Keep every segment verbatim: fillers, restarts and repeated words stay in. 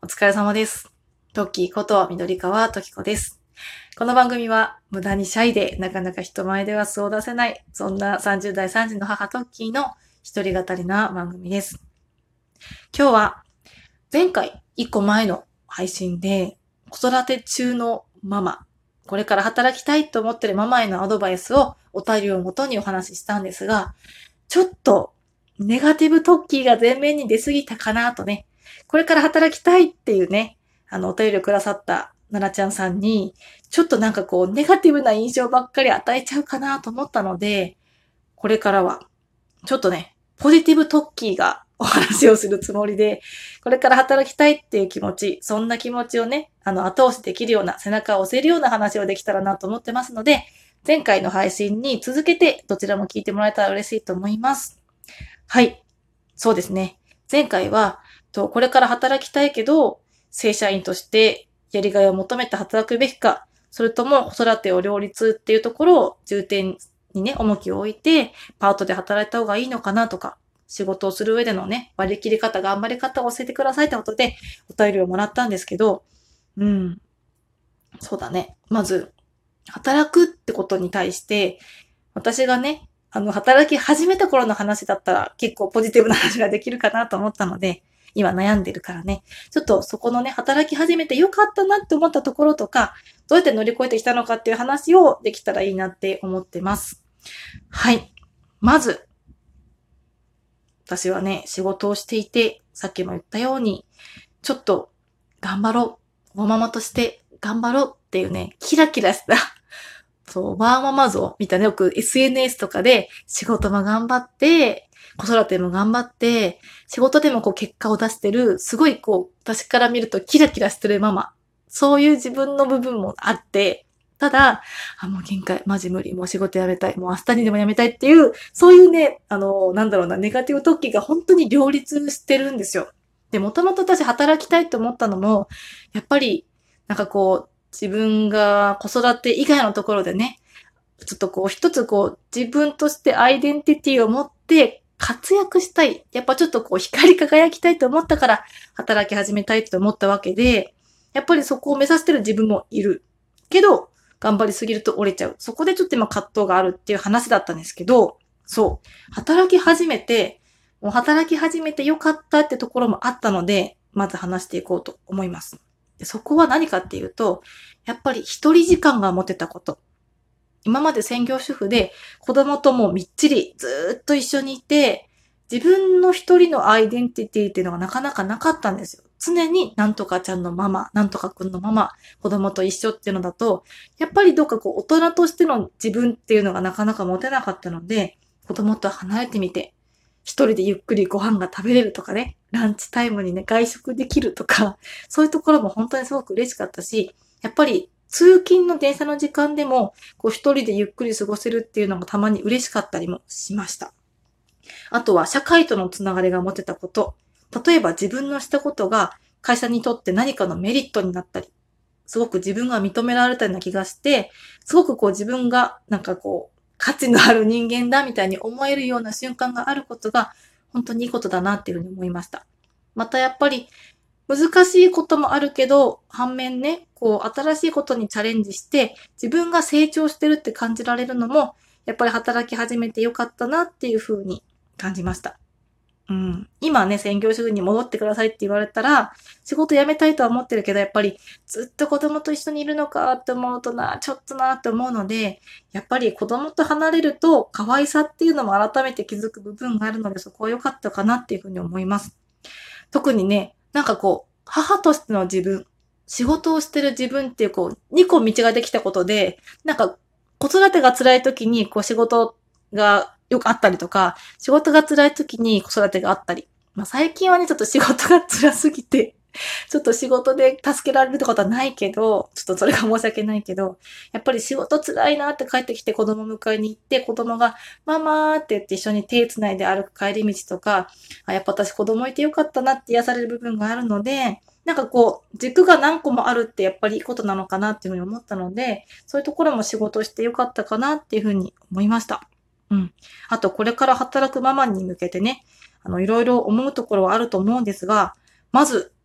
疲れ様です。トッキーこと緑川トキコです。この番組は無駄にシャイでなかなか人前では素を出せない、そんなさんじゅう代さんじの母トッキーの一人語りな番組です。今日は前回いっこまえの配信で子育て中のママ、これから働きたいと思ってるママへのアドバイスをお便りをもとにお話ししたんですが、ちょっとネガティブトッキーが前面に出すぎたかなとね、これから働きたいっていうね、あの、お便りをくださった奈々ちゃんさんに、ちょっとなんかこう、ネガティブな印象ばっかり与えちゃうかなと思ったので、これからは、ちょっとね、ポジティブトッキーがお話をするつもりで、これから働きたいっていう気持ち、そんな気持ちをね、あの、後押しできるような、背中を押せるような話をできたらなと思ってますので、前回の配信に続けてどちらも聞いてもらえたら嬉しいと思います。はい。そうですね。前回は、これから働きたいけど、正社員としてやりがいを求めて働くべきか、それとも子育てを両立っていうところを重点にね、重きを置いて、パートで働いた方がいいのかなとか、仕事をする上でのね、割り切り方、頑張り方を教えてくださいってことで、お便りをもらったんですけど、うん。そうだね。まず、働くってことに対して、私がね、あの、働き始めた頃の話だったら結構ポジティブな話ができるかなと思ったので、今悩んでるからね、ちょっとそこのね、働き始めてよかったなって思ったところとか、どうやって乗り越えてきたのかっていう話をできたらいいなって思ってます。はい。まず、私はね、仕事をしていて、さっきも言ったように、ちょっと頑張ろう。おママとして頑張ろうっていうね、キラキラしたそう、ワーママ像みたいなよく エスエヌエス とかで仕事も頑張って、子育ても頑張って、仕事でもこう結果を出してる、すごいこう、私から見るとキラキラしてるママ。そういう自分の部分もあって、ただ、あ、もう限界、マジ無理、もう仕事辞めたい、もう明日にでも辞めたいっていう、そういうね、あの、なんだろうな、ネガティブ特技が本当に両立してるんですよ。で、もともと私働きたいと思ったのも、やっぱり、なんかこう、自分が子育て以外のところでね、ちょっとこう一つこう自分としてアイデンティティを持って活躍したい。やっぱちょっとこう光り輝きたいと思ったから働き始めたいと思ったわけで、やっぱりそこを目指してる自分もいる。けど、頑張りすぎると折れちゃう。そこでちょっと今葛藤があるっていう話だったんですけど、そう。働き始めて、もう働き始めてよかったってところもあったので、まず話していこうと思います。でそこは何かっていうと、やっぱり一人時間が持てたこと。今まで専業主婦で子供ともみっちりずーっと一緒にいて、自分の一人のアイデンティティっていうのがなかなかなかったんですよ。常になんとかちゃんのママ、なんとかくんのママ、子供と一緒っていうのだと、やっぱりどっかこう大人としての自分っていうのがなかなか持てなかったので、子供と離れてみて、一人でゆっくりご飯が食べれるとかね、ランチタイムにね、外食できるとか、そういうところも本当にすごく嬉しかったし、やっぱり通勤の電車の時間でも、こう一人でゆっくり過ごせるっていうのがたまに嬉しかったりもしました。あとは社会とのつながりが持てたこと。例えば自分のしたことが会社にとって何かのメリットになったり、すごく自分が認められたような気がして、すごくこう自分がなんかこう価値のある人間だみたいに思えるような瞬間があることが本当にいいことだなっていうふうに思いました。またやっぱり難しいこともあるけど、反面ね、こう、新しいことにチャレンジして、自分が成長してるって感じられるのも、やっぱり働き始めてよかったなっていう風に感じました。うん。今ね、専業主婦に戻ってくださいって言われたら、仕事辞めたいとは思ってるけど、やっぱりずっと子供と一緒にいるのかって思うとな、ちょっとなって思うので、やっぱり子供と離れると可愛さっていうのも改めて気づく部分があるので、そこは良かったかなっていう風に思います。特にね、なんかこう、母としての自分、仕事をしてる自分っていうこう、にこ道ができたことで、なんか子育てが辛い時にこう仕事がよくあったりとか、仕事が辛い時に子育てがあったり。まあ最近はね、ちょっと仕事が辛すぎて、ちょっと仕事で助けられるってことはないけど、ちょっとそれが申し訳ないけど、やっぱり仕事辛いなって帰ってきて子供迎えに行って、子供がママーって言って一緒に手繋いで歩く帰り道とか、あ、やっぱ私子供いてよかったなって癒される部分があるので、なんかこう、軸が何個もあるってやっぱりいいことなのかなっていうふうに思ったので、そういうところも仕事してよかったかなっていうふうに思いました。うん。あと、これから働くママに向けてね、あの、いろいろ思うところはあると思うんですが、まず、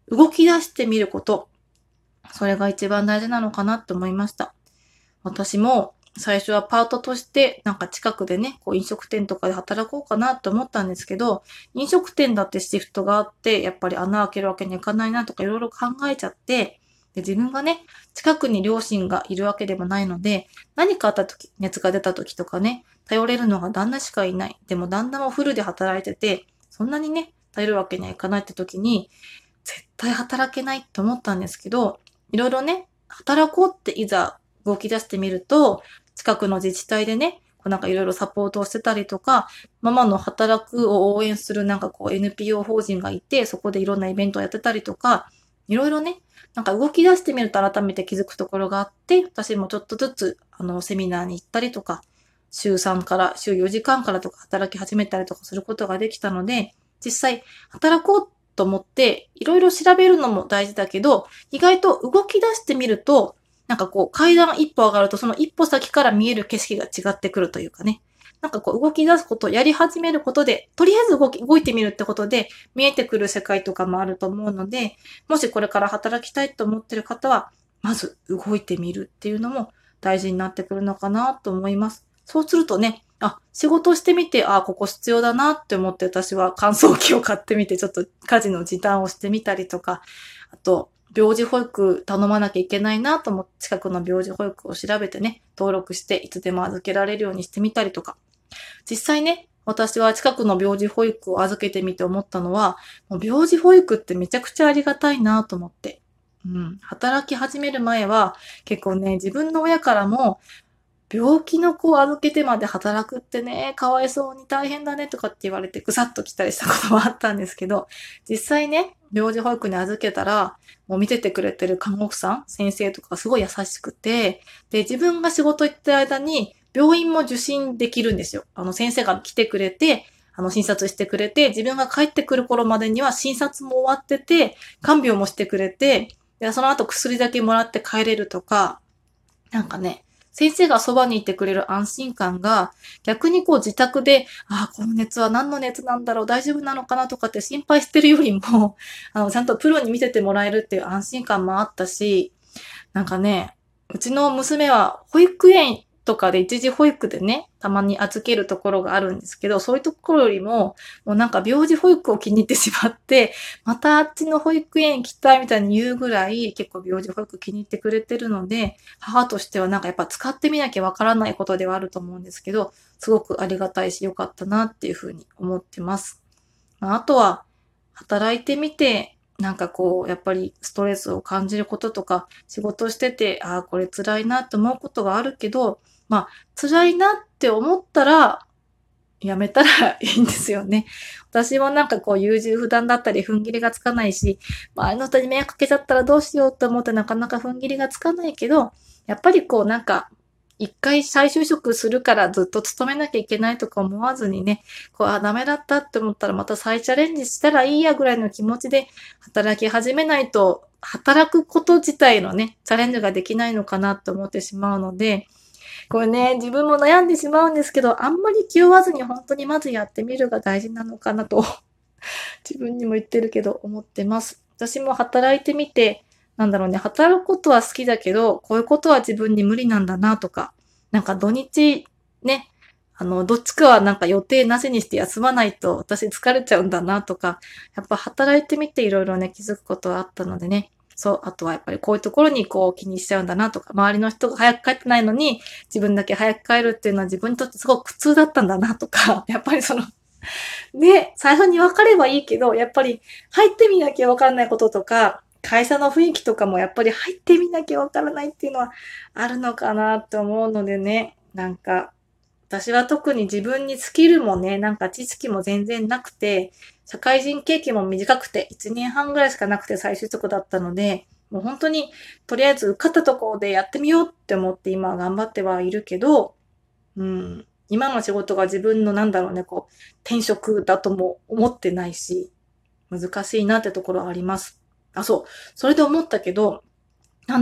動き出してみること。それが一番大事なのかなって思いました。私も最初はパートとしてなんか近くでね、こう飲食店とかで働こうかなって思ったんですけど、飲食店だってシフトがあって、やっぱり穴開けるわけにはいかないなとかいろいろ考えちゃって、で自分がね、近くに両親がいるわけでもないので、何かあった時、熱が出た時とかね、頼れるのが旦那しかいない。でも旦那もフルで働いてて、そんなにね、頼るわけにはいかないって時に、絶対働けないって思ったんですけど、いろいろね、働こうっていざ動き出してみると、近くの自治体でね、こうなんかいろいろサポートをしてたりとか、ママの働くを応援するなんかこう エヌピーオー 法人がいて、そこでいろんなイベントをやってたりとか、いろいろね、なんか動き出してみると改めて気づくところがあって、私もちょっとずつ、あの、セミナーに行ったりとか、週さんから、週よじかんからとか働き始めたりとかすることができたので、実際、働こうと思って、いろいろ調べるのも大事だけど、意外と動き出してみると、なんかこう階段一歩上がるとその一歩先から見える景色が違ってくるというかね。なんかこう動き出すこと、やり始めることで、とりあえず動き、動いてみるってことで見えてくる世界とかもあると思うので、もしこれから働きたいと思ってる方は、まず動いてみるっていうのも大事になってくるのかなと思います。そうするとね、あ、仕事してみて、あ、ここ必要だなって思って私は乾燥機を買ってみて、ちょっと家事の時短をしてみたりとか、あと、病児保育頼まなきゃいけないなと思って、近くの病児保育を調べてね、登録していつでも預けられるようにしてみたりとか。実際ね、私は近くの病児保育を預けてみて思ったのは、もう病児保育ってめちゃくちゃありがたいなと思って。うん、働き始める前は結構ね、自分の親からも、病気の子を預けてまで働くってね、かわいそうに大変だねとかって言われてぐさっと来たりしたこともあったんですけど、実際ね、病児保育に預けたら、もう見ててくれてる看護婦さん、先生とかがすごい優しくて、で、自分が仕事行ってる間に病院も受診できるんですよ。あの先生が来てくれて、あの診察してくれて、自分が帰ってくる頃までには診察も終わってて、看病もしてくれて、でその後薬だけもらって帰れるとか、なんかね、先生がそばにいてくれる安心感が、逆にこう自宅で、ああ、この熱は何の熱なんだろう、大丈夫なのかなとかって心配してるよりも、あの、ちゃんとプロに見せてもらえるっていう安心感もあったし、なんかね、うちの娘は保育園とかで一時保育でね、たまに預けるところがあるんですけど、そういうところよりも、もうなんか病児保育を気に入ってしまって、またあっちの保育園行きたいみたいに言うぐらい、結構病児保育気に入ってくれてるので、母としてはなんかやっぱ使ってみなきゃわからないことではあると思うんですけど、すごくありがたいし良かったなっていうふうに思ってます。まあ、あとは、働いてみて、なんかこう、やっぱりストレスを感じることとか、仕事してて、ああ、これ辛いなって思うことがあるけど、まあ、辛いなって思ったら、やめたらいいんですよね。私もなんかこう優柔不断だったり踏ん切りがつかないし、周りの人に迷惑かけちゃったらどうしようって思ってなかなか踏ん切りがつかないけど、やっぱりこうなんか、一回再就職するからずっと勤めなきゃいけないとか思わずにね、こう、あ、ダメだったって思ったらまた再チャレンジしたらいいやぐらいの気持ちで働き始めないと、働くこと自体のね、チャレンジができないのかなって思ってしまうので、これね、自分も悩んでしまうんですけど、あんまり気負わずに本当にまずやってみるが大事なのかなと、自分にも言ってるけど思ってます。私も働いてみて、なんだろうね、働くことは好きだけど、こういうことは自分に無理なんだなとか、なんか土日ね、あの、どっちかはなんか予定なしにして休まないと私疲れちゃうんだなとか、やっぱ働いてみていろいろね、気づくことはあったのでね、そう、あとはやっぱりこういうところにこう気にしちゃうんだなとか、周りの人が早く帰ってないのに自分だけ早く帰るっていうのは自分にとってすごく苦痛だったんだなとか、やっぱりその、ね、最初に分かればいいけど、やっぱり入ってみなきゃ分からないこととか、会社の雰囲気とかもやっぱり入ってみなきゃ分からないっていうのはあるのかなと思うのでね、なんか、私は特に自分にスキルもね、なんか知識も全然なくて、社会人経験も短くて、いちねんはんぐらいしかなくて再就職だったので、もう本当に、とりあえず受かったところでやってみようって思って今は頑張ってはいるけど、うん、今の仕事が自分のなんだろうね、こう、転職だとも思ってないし、難しいなってところはあります。あ、そう。それで思ったけど、なんだろう。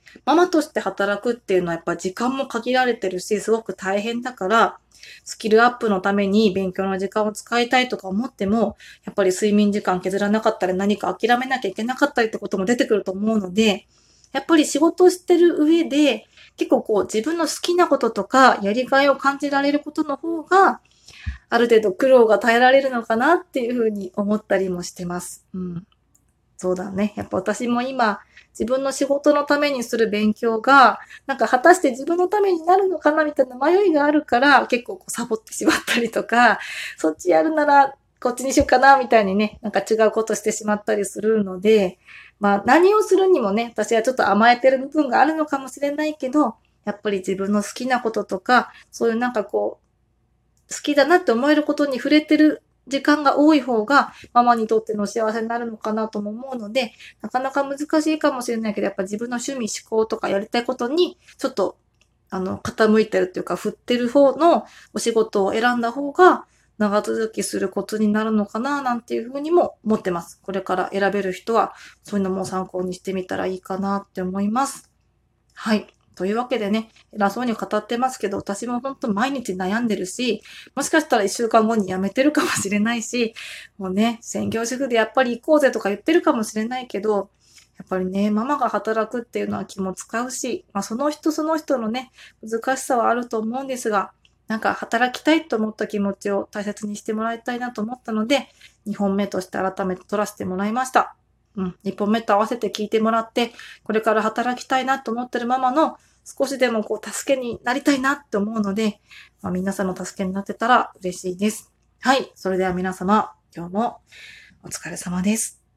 ママとして働くっていうのはやっぱ時間も限られてるし、すごく大変だから、スキルアップのために勉強の時間を使いたいとか思っても、やっぱり睡眠時間削らなかったり何か諦めなきゃいけなかったりってことも出てくると思うので、やっぱり仕事をしてる上で、結構こう自分の好きなこととかやりがいを感じられることの方が、ある程度苦労が耐えられるのかなっていうふうに思ったりもしてます。うん。そうだね。やっぱ私も今、自分の仕事のためにする勉強が、なんか果たして自分のためになるのかなみたいな迷いがあるから、結構こうサボってしまったりとか、そっちやるならこっちにしようかなみたいにね、なんか違うことしてしまったりするので、まあ何をするにもね、私はちょっと甘えてる部分があるのかもしれないけど、やっぱり自分の好きなこととか、そういうなんかこう、好きだなって思えることに触れてる時間が多い方が、ママにとっての幸せになるのかなとも思うので、なかなか難しいかもしれないけど、やっぱ自分の趣味、思考とかやりたいことに、ちょっと、あの、傾いてるっていうか、振ってる方のお仕事を選んだ方が、長続きするコツになるのかな、なんていうふうにも思ってます。これから選べる人は、そういうのも参考にしてみたらいいかなって思います。はい。というわけでね、偉そうに語ってますけど、私も本当毎日悩んでるし、もしかしたら一週間後に辞めてるかもしれないし、もうね、専業主婦でやっぱり行こうぜとか言ってるかもしれないけど、やっぱりね、ママが働くっていうのは気も使うし、まあその人その人のね、難しさはあると思うんですが、なんか働きたいと思った気持ちを大切にしてもらいたいなと思ったので、にほんめとして改めて撮らせてもらいました。うん、いっぽんめと合わせて聞いてもらって、これから働きたいなと思ってるママの少しでもこう助けになりたいなって思うので、まあ、皆さんの助けになってたら嬉しいです。はい。それでは皆様、今日もお疲れ様です。